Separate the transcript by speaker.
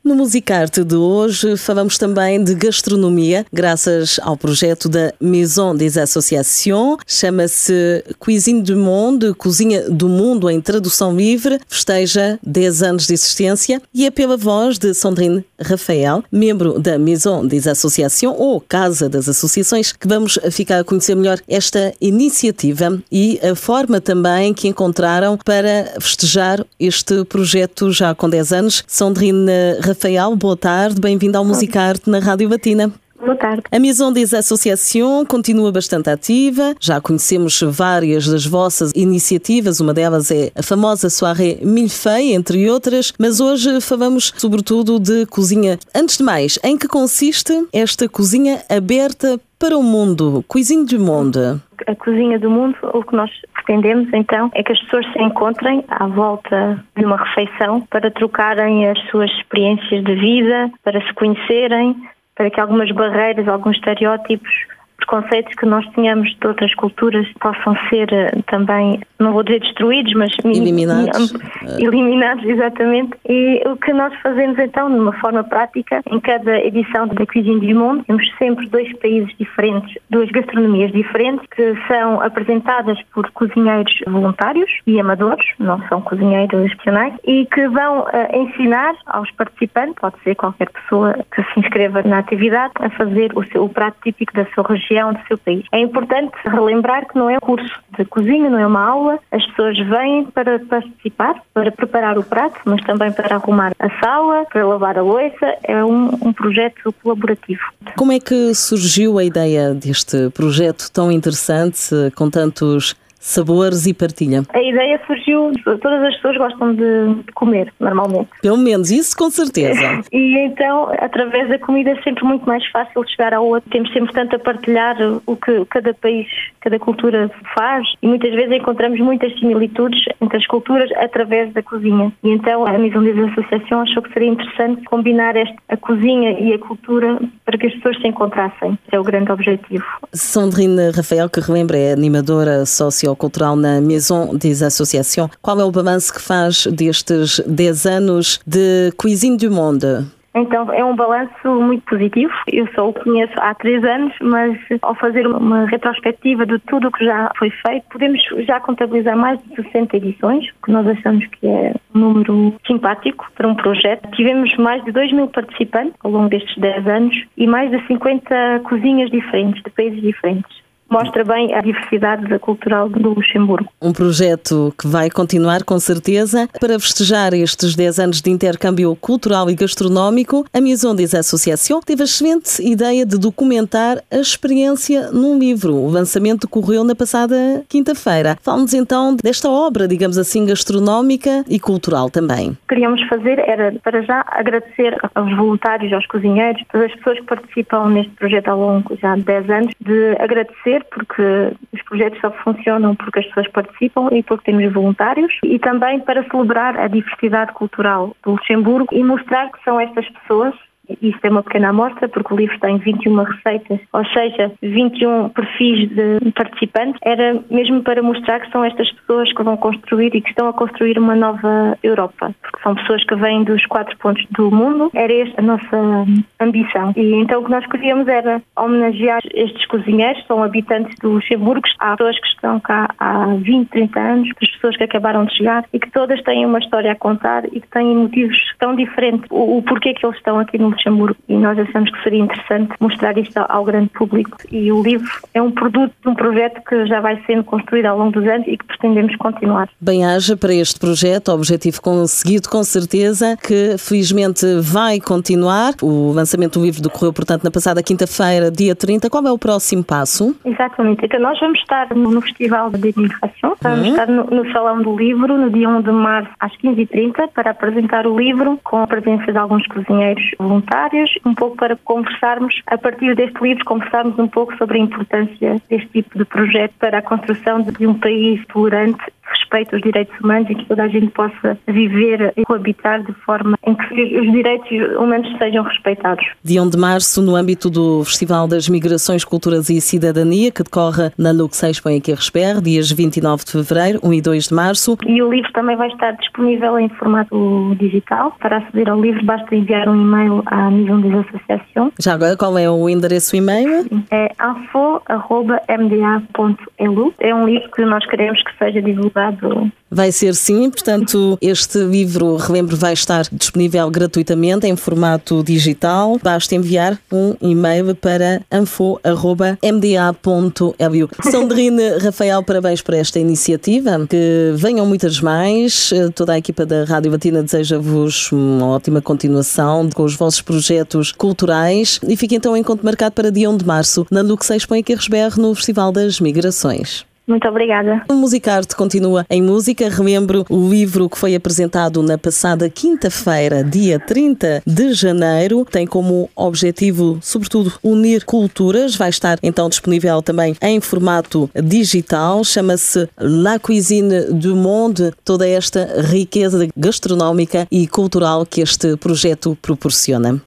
Speaker 1: No Musicarte de hoje falamos também de gastronomia, graças ao projeto da Maison des Associations, chama-se Cuisine du Monde, Cozinha do Mundo em tradução livre, festeja 10 anos de existência e é pela voz de Sandrine Rafael, membro da Maison des Associations, ou Casa das Associações, que vamos ficar a conhecer melhor esta iniciativa e a forma também que encontraram para festejar este projeto já com 10 anos. Sandrine Rafael, boa tarde, bem-vinda ao Musicarte na Rádio Batina.
Speaker 2: Boa tarde.
Speaker 1: A Maison des Associations continua bastante ativa, já conhecemos várias das vossas iniciativas, uma delas é a famosa Soirée Millefeuille, entre outras, mas hoje falamos sobretudo de cozinha. Antes de mais, em que consiste esta cozinha aberta para o mundo, Cuisine du Monde?
Speaker 2: A Cozinha do Mundo, o que nós pretendemos então é que as pessoas se encontrem à volta de uma refeição para trocarem as suas experiências de vida, para se conhecerem, para que algumas barreiras, alguns estereótipos, preconceitos que nós tínhamos de outras culturas possam ser também, não vou dizer destruídos, mas eliminados, exatamente. E o que nós fazemos então, de uma forma prática, em cada edição da Cuisine du Monde, temos sempre 2 países diferentes, 2 gastronomias diferentes, que são apresentadas por cozinheiros voluntários e amadores, não são cozinheiros profissionais, e que vão ensinar aos participantes, pode ser qualquer pessoa que se inscreva na atividade, a fazer o prato típico da sua região, do seu país. É importante relembrar que não é um curso de cozinha, não é uma aula. As pessoas vêm para participar, para preparar o prato, mas também para arrumar a sala, para lavar a louça. É um projeto colaborativo.
Speaker 1: Como é que surgiu a ideia deste projeto tão interessante, com tantos sabores e partilha?
Speaker 2: A ideia surgiu, todas as pessoas gostam de comer, normalmente.
Speaker 1: Pelo menos isso, com certeza.
Speaker 2: E então, através da comida é sempre muito mais fácil chegar ao outro. Temos sempre tanto a partilhar o que cada país, cada cultura faz, e muitas vezes encontramos muitas similitudes entre as culturas através da cozinha. E então a Maison des Associations achou que seria interessante combinar a cozinha e a cultura para que as pessoas se encontrassem. Esse é o grande objetivo.
Speaker 1: Sandrine Rafael, que relembra, é animadora sociocultural na Maison des Associations. Qual é o balanço que faz destes 10 anos de Cuisine du Monde?
Speaker 2: Então, é um balanço muito positivo. Eu só o conheço há 3 anos, mas ao fazer uma retrospectiva de tudo o que já foi feito, podemos já contabilizar mais de 60 edições, o que nós achamos que é um número simpático para um projeto. Tivemos mais de 2.000 participantes ao longo destes 10 anos e mais de 50 cozinhas diferentes, de países diferentes. Mostra bem a diversidade cultural do Luxemburgo.
Speaker 1: Um projeto que vai continuar, com certeza. Para festejar estes 10 anos de intercâmbio cultural e gastronómico, a Maison des Associations teve a excelente ideia de documentar a experiência num livro. O lançamento ocorreu na passada quinta-feira. Fala-nos então desta obra, digamos assim, gastronómica e cultural também.
Speaker 2: O que queríamos fazer era, para já, agradecer aos voluntários, aos cozinheiros, todas as pessoas que participam neste projeto ao longo já de 10 anos, de agradecer porque os projetos só funcionam porque as pessoas participam e porque temos voluntários, e também para celebrar a diversidade cultural do Luxemburgo e mostrar que são estas pessoas. Isto é uma pequena amostra, porque o livro tem 21 receitas, ou seja, 21 perfis de participantes. Era mesmo para mostrar que são estas pessoas que vão construir e que estão a construir uma nova Europa, porque são pessoas que vêm dos 4 pontos do mundo. Era esta a nossa ambição. E então o que nós queríamos era homenagear estes cozinheiros, são habitantes do Luxemburgo. Há pessoas que estão cá há 20, 30 anos, as pessoas que acabaram de chegar, e que todas têm uma história a contar e que têm motivos tão diferentes, o porquê que eles estão aqui no Luxemburgo, e nós achamos que seria interessante mostrar isto ao grande público. E o livro é um produto de um projeto que já vai sendo construído ao longo dos anos e que pretendemos continuar.
Speaker 1: Bem-aja para este projeto, objetivo conseguido com certeza, que felizmente vai continuar. O lançamento do livro decorreu, portanto, na passada quinta-feira, dia 30. Qual é o próximo passo?
Speaker 2: Exatamente. Então nós vamos estar no Festival de Imigração, vamos estar no Salão do Livro, no dia 1 de março, às 15h30, para apresentar o livro, com a presença de alguns cozinheiros voluntários, um pouco para conversarmos, a partir deste livro, conversarmos um pouco sobre a importância deste tipo de projeto para a construção de um país tolerante, respeite os direitos humanos e que toda a gente possa viver e coabitar de forma em que os direitos humanos sejam respeitados.
Speaker 1: Dia 1 de março, no âmbito do Festival das Migrações, Culturas e Cidadania, que decorre na Luxexpo em Quirresberg, dias 29 de fevereiro, 1 e 2 de março.
Speaker 2: E o livro também vai estar disponível em formato digital. Para aceder ao livro basta enviar um e-mail à Maison des Associations.
Speaker 1: Já agora, qual é o endereço e-mail?
Speaker 2: É info@mda.lu. É um livro que nós queremos que seja divulgado.
Speaker 1: Vai ser sim, portanto, este livro, relembro, vai estar disponível gratuitamente em formato digital. Basta enviar um e-mail para info@mda.lu. Sandrine, Rafael, parabéns por esta iniciativa. Que venham muitas mais. Toda a equipa da Rádio Matina deseja-vos uma ótima continuação com os vossos projetos culturais e fique então em encontro marcado para dia 1 de março na Luxexpo em Quirresberg, no Festival das Migrações.
Speaker 2: Muito obrigada.
Speaker 1: O Musicarte continua em música. Relembro o livro que foi apresentado na passada quinta-feira, dia 30 de janeiro. Tem como objetivo, sobretudo, unir culturas. Vai estar então disponível também em formato digital. Chama-se La Cuisine du Monde. Toda esta riqueza gastronómica e cultural que este projeto proporciona.